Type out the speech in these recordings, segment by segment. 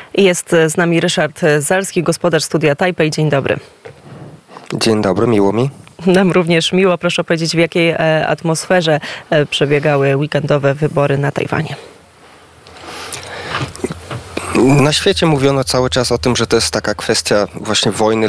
Jest z nami Ryszard Zalski, gospodarz Studia Tajpej. Dzień dobry. Dzień dobry, miło mi. Nam również miło. Proszę powiedzieć, w jakiej atmosferze przebiegały weekendowe wybory na Tajwanie? Na świecie mówiono cały czas o tym, że to jest taka kwestia właśnie wojny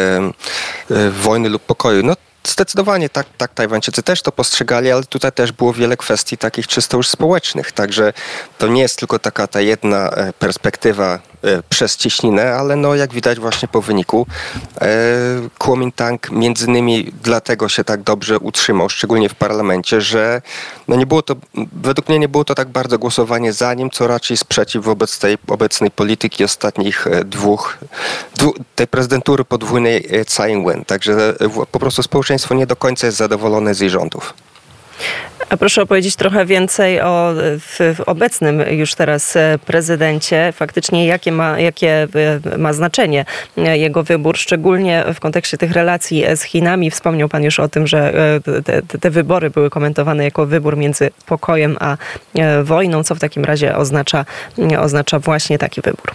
lub pokoju. No, zdecydowanie tak Tajwańczycy też to postrzegali, ale tutaj też było wiele kwestii takich czysto już społecznych. Także to nie jest tylko ta jedna perspektywa przez cieśninę, ale no jak widać właśnie po wyniku Kuomintang między innymi dlatego się tak dobrze utrzymał, szczególnie w parlamencie, że no nie było to, według mnie nie było to tak bardzo głosowanie za nim, co raczej sprzeciw wobec tej obecnej polityki ostatnich tej prezydentury podwójnej Tsai Ing-wen. Także po prostu społeczeństwo nie do końca jest zadowolone z jej rządów. A proszę opowiedzieć trochę więcej o obecnym już teraz prezydencie. Faktycznie jakie ma znaczenie jego wybór, szczególnie w kontekście tych relacji z Chinami. Wspomniał pan już o tym, że te wybory były komentowane jako wybór między pokojem a wojną. Co w takim razie oznacza właśnie taki wybór?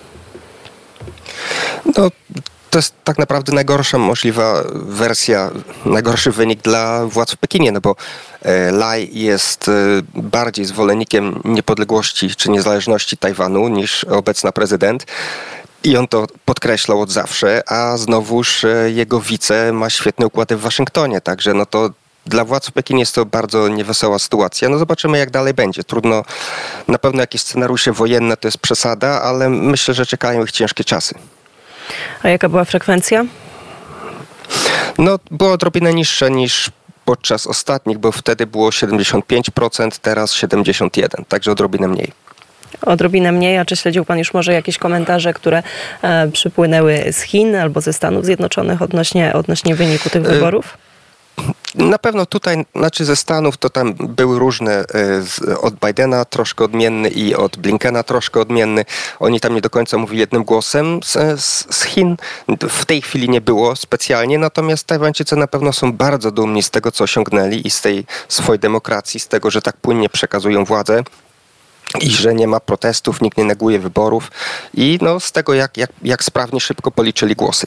No, to jest tak naprawdę najgorsza możliwa wersja, najgorszy wynik dla władz w Pekinie, no bo Lai jest bardziej zwolennikiem niepodległości czy niezależności Tajwanu niż obecna prezydent. I on to podkreślał od zawsze, a znowuż jego wice ma świetne układy w Waszyngtonie, także no to dla władz w Pekinie jest to bardzo niewesoła sytuacja. No zobaczymy, jak dalej będzie. Trudno, na pewno jakieś scenariusze wojenne to jest przesada, ale myślę, że czekają ich ciężkie czasy. A jaka była frekwencja? No, była odrobinę niższa niż podczas ostatnich, bo wtedy było 75%, teraz 71%, także odrobinę mniej. Odrobinę mniej, a czy śledził pan już może jakieś komentarze, które przypłynęły z Chin albo ze Stanów Zjednoczonych odnośnie wyniku tych wyborów? Na pewno tutaj, ze Stanów to tam były różne, od Bidena troszkę odmienny i od Blinkena troszkę odmienny. Oni tam nie do końca mówili jednym głosem. Z Chin w tej chwili nie było specjalnie, natomiast Tajwańczycy na pewno są bardzo dumni z tego, co osiągnęli i z tej swojej demokracji, z tego, że tak płynnie przekazują władzę i że nie ma protestów, nikt nie neguje wyborów i no, z tego, jak sprawnie, szybko policzyli głosy.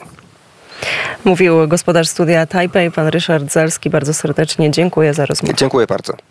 Mówił gospodarz Studia Tajpej, pan Ryszard Zalski. Bardzo serdecznie dziękuję za rozmowę. Dziękuję bardzo.